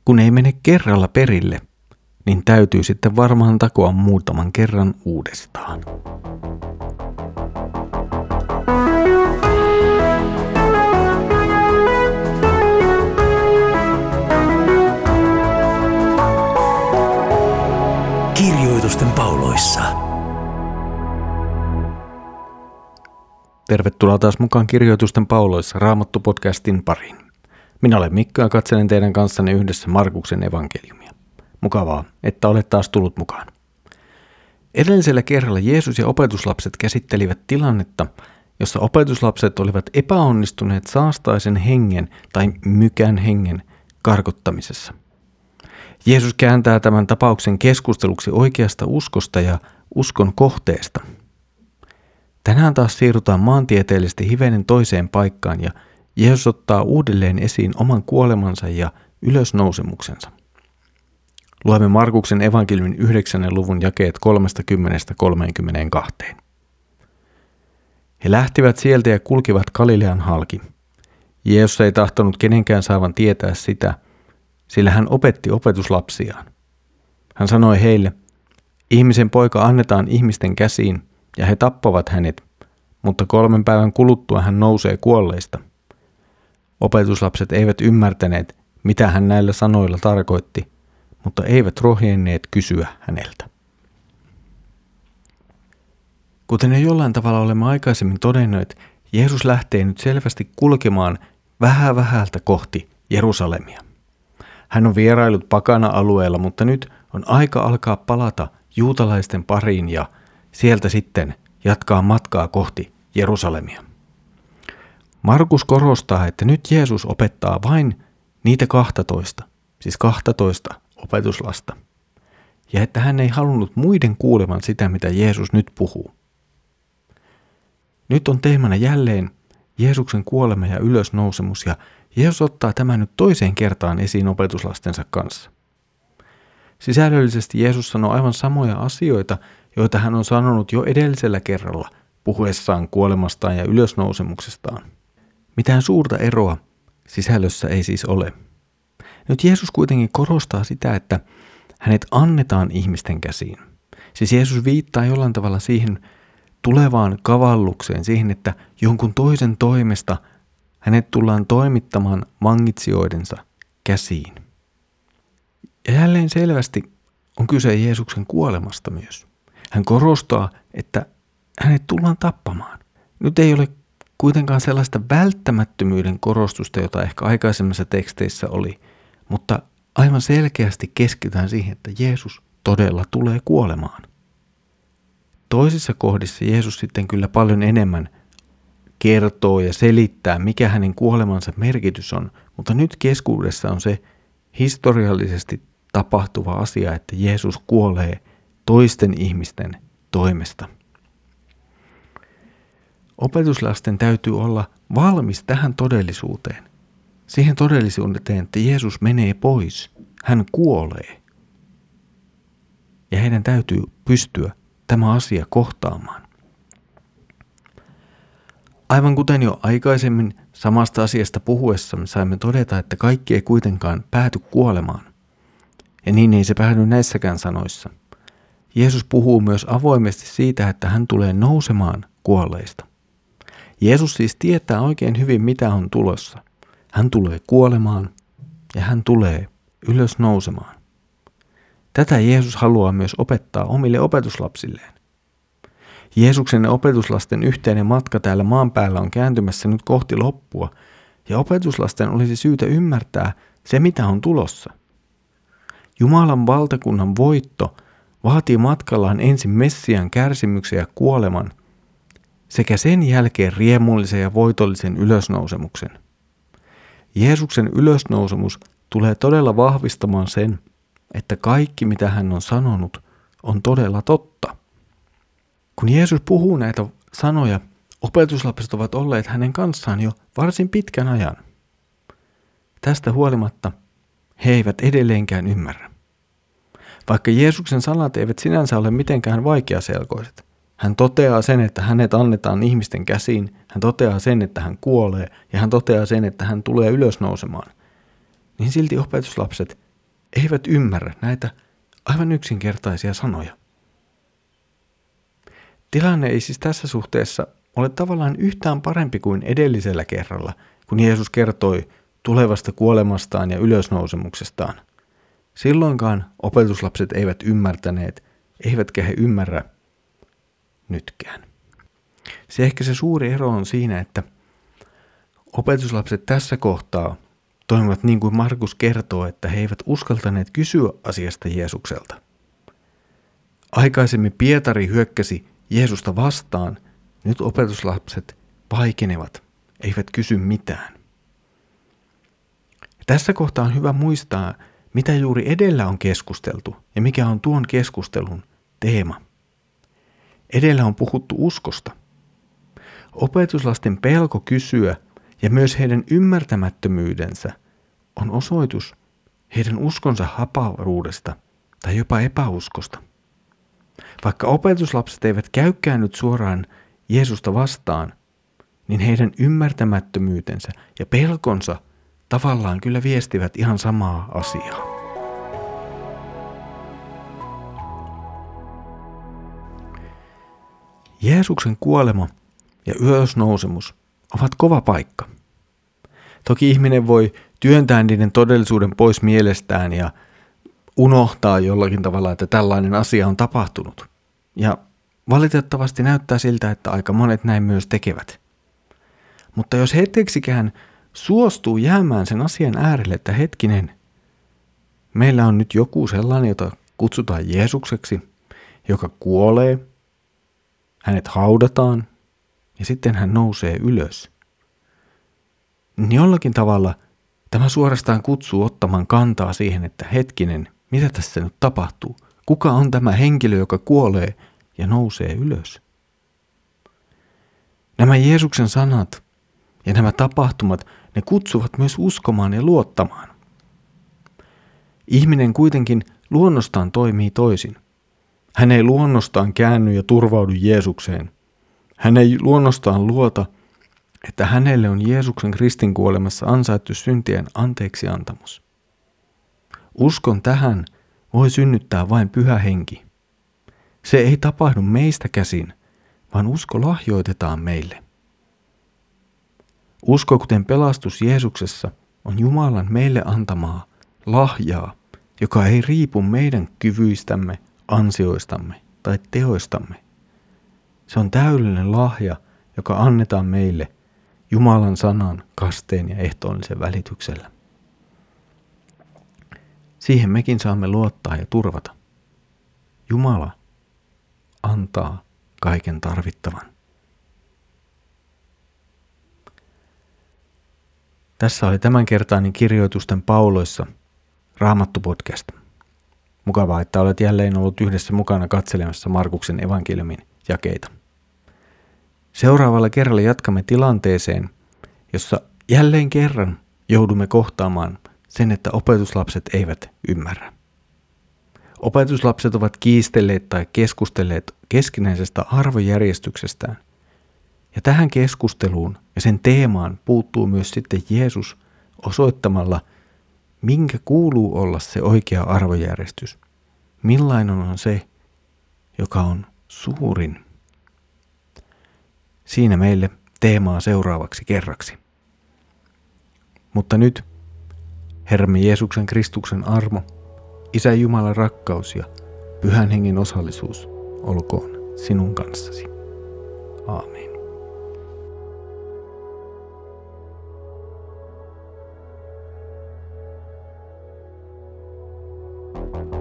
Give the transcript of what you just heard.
kun ei mene kerralla perille, niin täytyy sitten varmaan takoa muutaman kerran uudestaan. Kirjoitusten pauloissa. Tervetuloa taas mukaan Kirjoitusten pauloissa Raamattu-podcastin pariin. Minä olen Mikko ja katselen teidän kanssanne yhdessä Markuksen evankeliumia. Mukavaa, että olet taas tullut mukaan. Edellisellä kerralla Jeesus ja opetuslapset käsittelivät tilannetta, jossa opetuslapset olivat epäonnistuneet saastaisen hengen tai mykän hengen karkottamisessa. Jeesus kääntää tämän tapauksen keskusteluksi oikeasta uskosta ja uskon kohteesta. Tänään taas siirrytään maantieteellisesti hivenen toiseen paikkaan ja Jeesus ottaa uudelleen esiin oman kuolemansa ja ylösnousemuksensa. Luemme Markuksen evankeliumin 9. luvun jakeet 30-32. He lähtivät sieltä ja kulkivat Galilean halki. Jeesus ei tahtonut kenenkään saavan tietää sitä, sillä hän opetti opetuslapsiaan. Hän sanoi heille, ihmisen poika annetaan ihmisten käsiin ja he tappavat hänet, mutta 3 päivän kuluttua hän nousee kuolleista. Opetuslapset eivät ymmärtäneet, mitä hän näillä sanoilla tarkoitti, mutta eivät rohjenneet kysyä häneltä. Kuten jo jollain tavalla olemme aikaisemmin todenneet, Jeesus lähtee nyt selvästi kulkemaan vähältä kohti Jerusalemia. Hän on vierailut pakana-alueella, mutta nyt on aika alkaa palata juutalaisten pariin ja sieltä sitten jatkaa matkaa kohti Jerusalemia. Markus korostaa, että nyt Jeesus opettaa vain niitä 12, siis 12 opetuslasta, ja että hän ei halunnut muiden kuulevan sitä, mitä Jeesus nyt puhuu. Nyt on teemana jälleen Jeesuksen kuolema ja ylösnousemus, ja Jeesus ottaa tämän nyt toiseen kertaan esiin opetuslastensa kanssa. Sisällöllisesti Jeesus sanoo aivan samoja asioita, joita hän on sanonut jo edellisellä kerralla puhuessaan kuolemastaan ja ylösnousemuksestaan. Mitään suurta eroa sisällössä ei siis ole. Nyt Jeesus kuitenkin korostaa sitä, että hänet annetaan ihmisten käsiin. Siis Jeesus viittaa jollain tavalla siihen tulevaan kavallukseen, siihen, että jonkun toisen toimesta hänet tullaan toimittamaan vangitsijoidensa käsiin. Ja jälleen selvästi on kyse Jeesuksen kuolemasta myös. Hän korostaa, että hänet tullaan tappamaan. Nyt ei ole kuitenkaan sellaista välttämättömyyden korostusta, jota ehkä aikaisemmissa teksteissä oli, mutta aivan selkeästi keskitytään siihen, että Jeesus todella tulee kuolemaan. Toisissa kohdissa Jeesus sitten kyllä paljon enemmän kertoo ja selittää, mikä hänen kuolemansa merkitys on, mutta nyt keskuudessa on se historiallisesti tapahtuva asia, että Jeesus kuolee toisten ihmisten toimesta. Opetuslasten täytyy olla valmis tähän todellisuuteen. Siihen todellisuuteen, että Jeesus menee pois. Hän kuolee. Ja heidän täytyy pystyä tämä asia kohtaamaan. Aivan kuten jo aikaisemmin samasta asiasta puhuessa me saimme todeta, että kaikki ei kuitenkaan pääty kuolemaan. Ja niin ei se päädy näissäkään sanoissa. Jeesus puhuu myös avoimesti siitä, että hän tulee nousemaan kuolleista. Jeesus siis tietää oikein hyvin, mitä on tulossa. Hän tulee kuolemaan ja hän tulee ylös nousemaan. Tätä Jeesus haluaa myös opettaa omille opetuslapsilleen. Jeesuksen ja opetuslasten yhteinen matka täällä maan päällä on kääntymässä nyt kohti loppua, ja opetuslasten olisi syytä ymmärtää se, mitä on tulossa. Jumalan valtakunnan voitto vaatii matkallaan ensin Messian kärsimyksen ja kuoleman, sekä sen jälkeen riemullisen ja voitollisen ylösnousemuksen. Jeesuksen ylösnousemus tulee todella vahvistamaan sen, että kaikki mitä hän on sanonut on todella totta. Kun Jeesus puhuu näitä sanoja, opetuslapset ovat olleet hänen kanssaan jo varsin pitkän ajan. Tästä huolimatta he eivät edelleenkään ymmärrä. Vaikka Jeesuksen sanat eivät sinänsä ole mitenkään vaikeaselkoiset, hän toteaa sen, että hänet annetaan ihmisten käsiin, hän toteaa sen, että hän kuolee ja hän toteaa sen, että hän tulee ylösnousemaan, niin silti opetuslapset eivät ymmärrä näitä aivan yksinkertaisia sanoja. Tilanne ei siis tässä suhteessa ole tavallaan yhtään parempi kuin edellisellä kerralla, kun Jeesus kertoi tulevasta kuolemastaan ja ylösnousemuksestaan. Silloinkaan opetuslapset eivät ymmärtäneet, eivätkä he ymmärrä nytkään. Se suuri ero on siinä, että opetuslapset tässä kohtaa toimivat niin kuin Markus kertoo, että he eivät uskaltaneet kysyä asiasta Jeesukselta. Aikaisemmin Pietari hyökkäsi Jeesusta vastaan, nyt opetuslapset vaikenevat, eivät kysy mitään. Ja tässä kohtaa on hyvä muistaa, mitä juuri edellä on keskusteltu ja mikä on tuon keskustelun teema. Edellä on puhuttu uskosta. Opetuslasten pelko kysyä ja myös heidän ymmärtämättömyydensä on osoitus heidän uskonsa haparuudesta tai jopa epäuskosta. Vaikka opetuslapset eivät käykään nyt suoraan Jeesusta vastaan, niin heidän ymmärtämättömyytensä ja pelkonsa tavallaan kyllä viestivät ihan samaa asiaa. Jeesuksen kuolema ja ylösnousemus ovat kova paikka. Toki ihminen voi työntää niiden todellisuuden pois mielestään ja unohtaa jollakin tavalla, että tällainen asia on tapahtunut. Ja valitettavasti näyttää siltä, että aika monet näin myös tekevät. Mutta jos hetkeksikään suostuu jäämään sen asian äärelle, että hetkinen, meillä on nyt joku sellainen, jota kutsutaan Jeesukseksi, joka kuolee, hänet haudataan ja sitten hän nousee ylös. Niin jollakin tavalla tämä suorastaan kutsuu ottamaan kantaa siihen, että hetkinen, mitä tässä nyt tapahtuu? Kuka on tämä henkilö, joka kuolee ja nousee ylös? Nämä Jeesuksen sanat ja nämä tapahtumat, ne kutsuvat myös uskomaan ja luottamaan. Ihminen kuitenkin luonnostaan toimii toisin. Hän ei luonnostaan käänny ja turvaudu Jeesukseen. Hän ei luonnostaan luota, että hänelle on Jeesuksen ristinkuolemassa ansaittu syntien anteeksiantamus. Uskon tähän voi synnyttää vain Pyhä Henki. Se ei tapahdu meistä käsin, vaan usko lahjoitetaan meille. Usko, kuten pelastus Jeesuksessa, on Jumalan meille antamaa lahjaa, joka ei riipu meidän kyvyistämme, ansioistamme tai teoistamme. Se on täydellinen lahja, joka annetaan meille Jumalan sanan, kasteen ja ehtoollisen välityksellä. Siihen mekin saamme luottaa ja turvata. Jumala antaa kaiken tarvittavan. Tässä oli tämänkertainen Kirjoitusten pauloissa Raamattu-podcast. Mukavaa, että olet jälleen ollut yhdessä mukana katselemassa Markuksen evankeliumin jakeita. Seuraavalla kerralla jatkamme tilanteeseen, jossa jälleen kerran joudumme kohtaamaan sen, että opetuslapset eivät ymmärrä. Opetuslapset ovat kiistelleet tai keskustelleet keskinäisestä arvojärjestyksestään. Ja tähän keskusteluun ja sen teemaan puuttuu myös sitten Jeesus osoittamalla, minkä kuuluu olla se oikea arvojärjestys. Millainen on se, joka on suurin. Siinä meille teemaa seuraavaksi kerraksi. Mutta nyt Herramme Jeesuksen Kristuksen armo, Isä Jumalan rakkaus ja Pyhän Hengen osallisuus olkoon sinun kanssasi. Aamen.